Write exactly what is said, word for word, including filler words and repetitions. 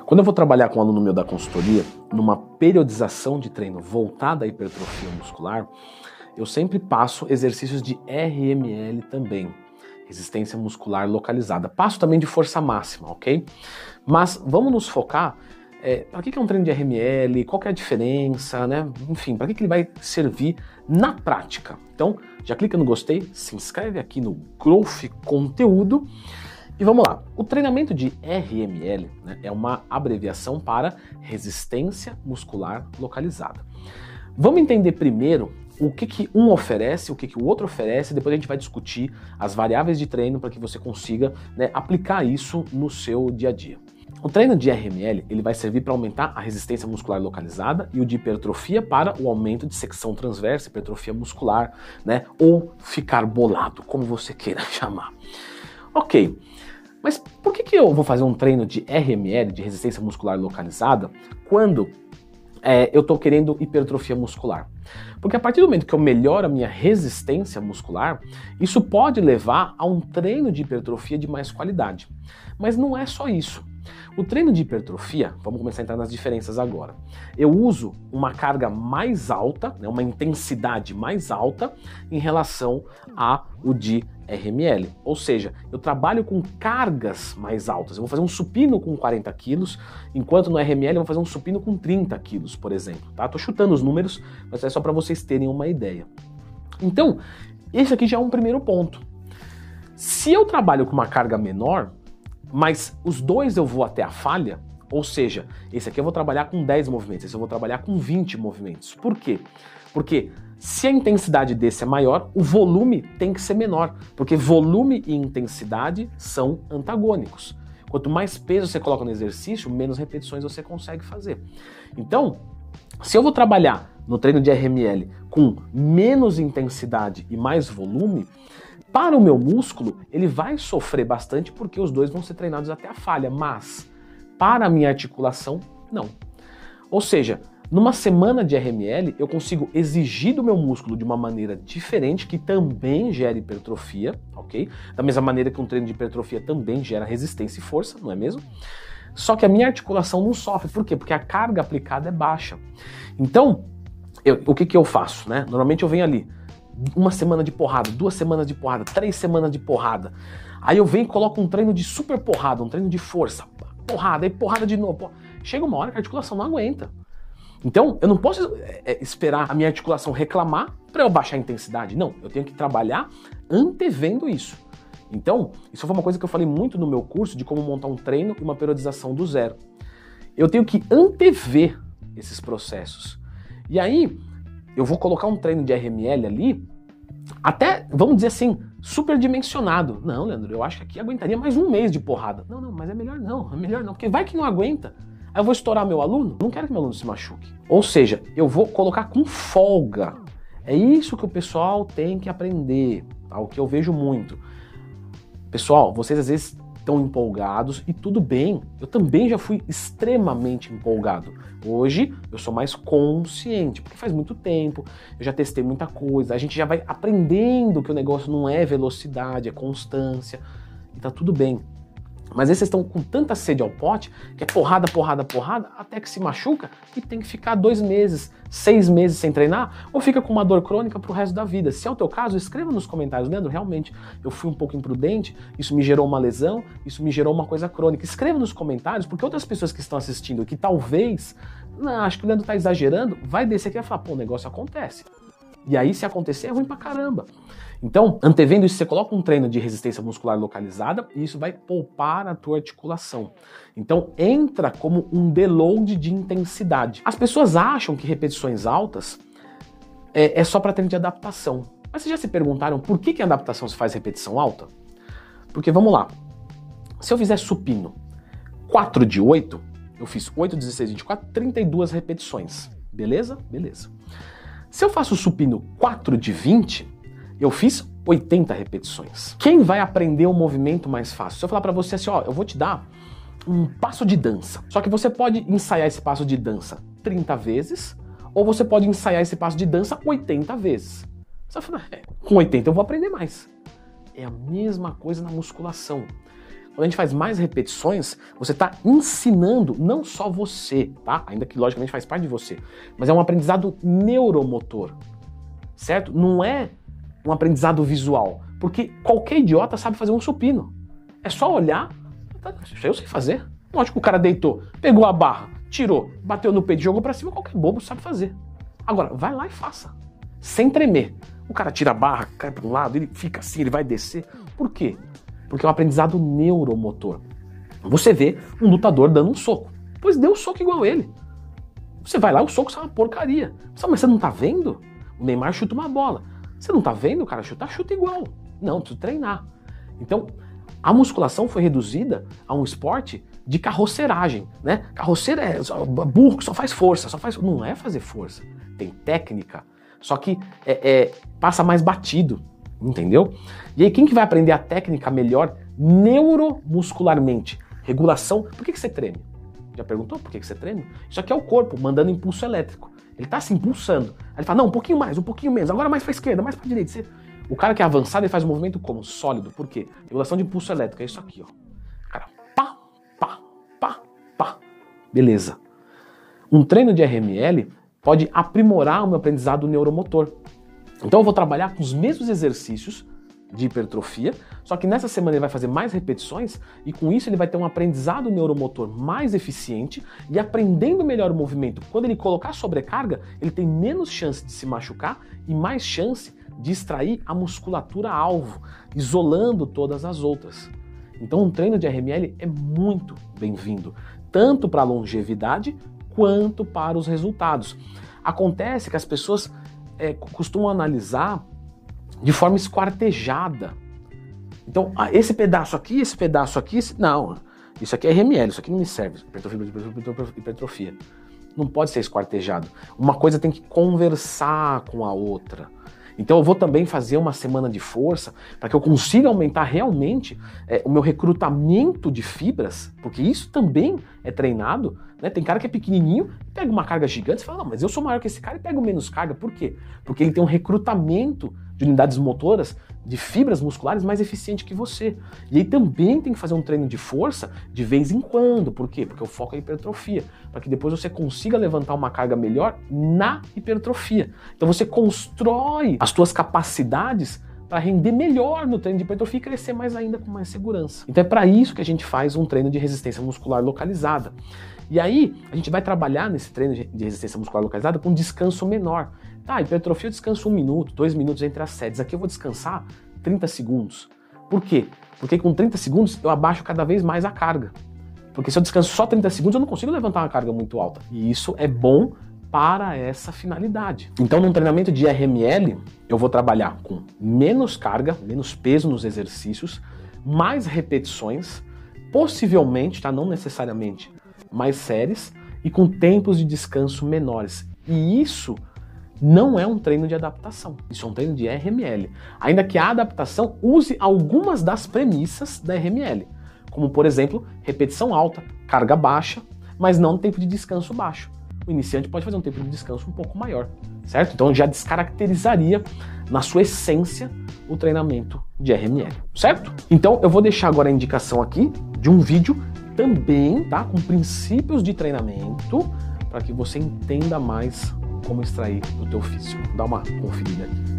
Quando eu vou trabalhar com um aluno meu da consultoria, numa periodização de treino voltada à hipertrofia muscular, eu sempre passo exercícios de R M L também, resistência muscular localizada. Passo também de força máxima, ok? Mas vamos nos focar, é, para que é um treino de R M L, qual que é a diferença, né? Enfim, para que que ele vai servir na prática. Então, já clica no gostei, se inscreve aqui no Growth Conteúdo. E vamos lá, o treinamento de R M L, né, é uma abreviação para resistência muscular localizada. Vamos entender primeiro o que, que um oferece, o que, que o outro oferece, depois a gente vai discutir as variáveis de treino para que você consiga, né, aplicar isso no seu dia a dia. O treino de R M L ele vai servir para aumentar a resistência muscular localizada e o de hipertrofia para o aumento de secção transversa, hipertrofia muscular, né, ou ficar bolado, como você queira chamar. Ok. Mas por que que eu vou fazer um treino de R M L, de resistência muscular localizada, quando é, eu estou querendo hipertrofia muscular? Porque a partir do momento que eu melhoro a minha resistência muscular, isso pode levar a um treino de hipertrofia de mais qualidade. Mas não é só isso. O treino de hipertrofia, vamos começar a entrar nas diferenças agora. Eu uso uma carga mais alta, né, uma intensidade mais alta em relação ao de R M L. Ou seja, eu trabalho com cargas mais altas. Eu vou fazer um supino com quarenta quilos, enquanto no R M L eu vou fazer um supino com trinta quilos, por exemplo. Tá? Tô chutando os números, mas é só para vocês terem uma ideia. Então, esse aqui já é um primeiro ponto. Se eu trabalho com uma carga menor, mas os dois eu vou até a falha, ou seja, esse aqui eu vou trabalhar com dez movimentos, esse eu vou trabalhar com vinte movimentos. Por quê? Porque se a intensidade desse é maior, o volume tem que ser menor, porque volume e intensidade são antagônicos. Quanto mais peso você coloca no exercício, menos repetições você consegue fazer. Então, se eu vou trabalhar no treino de R M L com menos intensidade e mais volume, para o meu músculo, ele vai sofrer bastante porque os dois vão ser treinados até a falha, mas para a minha articulação, não. Ou seja, numa semana de R M L, eu consigo exigir do meu músculo de uma maneira diferente, que também gera hipertrofia, ok? Da mesma maneira que um treino de hipertrofia também gera resistência e força, não é mesmo? Só que a minha articulação não sofre. Por quê? Porque a carga aplicada é baixa. Então, eu, o que que eu faço, né? Normalmente eu venho ali, uma semana de porrada, duas semanas de porrada, três semanas de porrada. Aí eu venho e coloco um treino de super porrada, um treino de força. Porrada, aí porrada de novo. Porra. Chega uma hora que a articulação não aguenta. Então, eu não posso é, esperar a minha articulação reclamar para eu baixar a intensidade. Não, eu tenho que trabalhar antevendo isso. Então, isso foi uma coisa que eu falei muito no meu curso de como montar um treino e uma periodização do zero. Eu tenho que antever esses processos. E aí, eu vou colocar um treino de R M L ali, até, vamos dizer assim, superdimensionado. Não, Leandro, eu acho que aqui aguentaria mais um mês de porrada. Não, não, mas é melhor não, é melhor não, porque vai que não aguenta. Aí eu vou estourar meu aluno? Não quero que meu aluno se machuque. Ou seja, eu vou colocar com folga. É isso que o pessoal tem que aprender, tá? O que eu vejo muito. Pessoal, vocês às vezes estão empolgados e tudo bem. Eu também já fui extremamente empolgado. Hoje eu sou mais consciente, porque faz muito tempo, eu já testei muita coisa, a gente já vai aprendendo que o negócio não é velocidade, é constância, e tá tudo bem. Mas aí vocês estão com tanta sede ao pote, que é porrada, porrada, porrada, até que se machuca e tem que ficar dois meses, seis meses sem treinar, ou fica com uma dor crônica pro resto da vida. Se é o teu caso, escreva nos comentários, Leandro, realmente, eu fui um pouco imprudente, isso me gerou uma lesão, isso me gerou uma coisa crônica. Escreva nos comentários, porque outras pessoas que estão assistindo, que talvez, não, acho que o Leandro tá exagerando, vai descer aqui e vai falar, pô, o negócio acontece. E aí, se acontecer, é ruim pra caramba. Então, antevendo isso, você coloca um treino de resistência muscular localizada e isso vai poupar a tua articulação. Então, entra como um deload de intensidade. As pessoas acham que repetições altas é, é só para treino de adaptação. Mas vocês já se perguntaram por que que a adaptação se faz repetição alta? Porque, vamos lá, se eu fizer supino quatro de oito, eu fiz oito, dezesseis, vinte e quatro, trinta e duas repetições. Beleza? Beleza. Se eu faço supino quatro de vinte, eu fiz oitenta repetições. Quem vai aprender o movimento mais fácil? Se eu falar pra você assim, ó, eu vou te dar um passo de dança. Só que você pode ensaiar esse passo de dança trinta vezes, ou você pode ensaiar esse passo de dança oitenta vezes. Você vai falar, é, com oitenta eu vou aprender mais. É a mesma coisa na musculação. quando a gente faz mais repetições, você está ensinando não só você, tá? Ainda que logicamente faz parte de você, mas é um aprendizado neuromotor, certo? Não é um aprendizado visual, porque qualquer idiota sabe fazer um supino. É só olhar, isso aí eu sei fazer. Lógico que o cara deitou, pegou a barra, tirou, bateu no peito, jogou pra cima, qualquer bobo sabe fazer. Agora, vai lá e faça, sem tremer. O cara tira a barra, cai para um lado, ele fica assim, ele vai descer. Por quê? Porque é um aprendizado neuromotor. Você vê um lutador dando um soco, pois dê um soco igual ele. Você vai lá, o soco sai uma porcaria. Mas você não tá vendo? O Neymar chuta uma bola. Você não tá vendo o cara chutar? Chuta igual. Não, precisa treinar. Então, a musculação foi reduzida a um esporte de carroceragem, né? Carroceira é burro que só faz força, só faz... Não é fazer força, tem técnica, só que é, é, passa mais batido, entendeu? E aí quem que vai aprender a técnica melhor neuromuscularmente? Regulação. Por que que você treme? Já perguntou por que que você treme? Isso aqui é o corpo mandando impulso elétrico. Ele tá se impulsando. Aí ele fala, não, um pouquinho mais, um pouquinho menos, agora mais pra esquerda, mais pra direita. Você... O cara que é avançado, ele faz um movimento como? Sólido. Por quê? Regulação de impulso elétrico, é isso aqui, ó. Cara, pá, pá, pá, pá. Beleza. Um treino de R M L pode aprimorar o meu aprendizado neuromotor. Então eu vou trabalhar com os mesmos exercícios de hipertrofia, só que nessa semana ele vai fazer mais repetições e com isso ele vai ter um aprendizado neuromotor mais eficiente e aprendendo melhor o movimento. Quando ele colocar sobrecarga, ele tem menos chance de se machucar e mais chance de extrair a musculatura alvo, isolando todas as outras. Então um treino de R M L é muito bem-vindo, tanto para a longevidade quanto para os resultados. Acontece que as pessoas é, costumam analisar de forma esquartejada. Então, ah, esse pedaço aqui, esse pedaço aqui, esse... não, isso aqui é R M L, isso aqui não me serve, hipertrofia, hipertrofia. Não pode ser esquartejado. Uma coisa tem que conversar com a outra. Então eu vou também fazer uma semana de força para que eu consiga aumentar realmente é, o meu recrutamento de fibras, porque isso também é treinado, né? Tem cara que é pequenininho, pega uma carga gigante e fala, não, mas eu sou maior que esse cara e pego menos carga. Por quê? Porque ele tem um recrutamento de unidades motoras, de fibras musculares mais eficiente que você. E aí também tem que fazer um treino de força de vez em quando. Por quê? Porque o foco é a hipertrofia, para que depois você consiga levantar uma carga melhor na hipertrofia. Então você constrói as suas capacidades para render melhor no treino de hipertrofia e crescer mais ainda com mais segurança. Então é para isso que a gente faz um treino de resistência muscular localizada. E aí a gente vai trabalhar nesse treino de resistência muscular localizada com um descanso menor. Tá, hipertrofia eu descanso um minuto, dois minutos entre as séries. Aqui eu vou descansar trinta segundos. Por quê? Porque com trinta segundos eu abaixo cada vez mais a carga. Porque se eu descanso só trinta segundos eu não consigo levantar uma carga muito alta. E isso é bom para essa finalidade. Então, num treinamento de R M L, eu vou trabalhar com menos carga, menos peso nos exercícios, mais repetições, possivelmente, tá? Não necessariamente, mais séries e com tempos de descanso menores. E isso não é um treino de adaptação, isso é um treino de R M L. Ainda que a adaptação use algumas das premissas da R M L, como por exemplo, repetição alta, carga baixa, mas não tempo de descanso baixo. O iniciante pode fazer um tempo de descanso um pouco maior, certo? Então já descaracterizaria na sua essência o treinamento de R M L, certo? Então eu vou deixar agora a indicação aqui de um vídeo também, tá? Com princípios de treinamento para que você entenda mais como extrair do teu físico. Dá uma conferida aqui.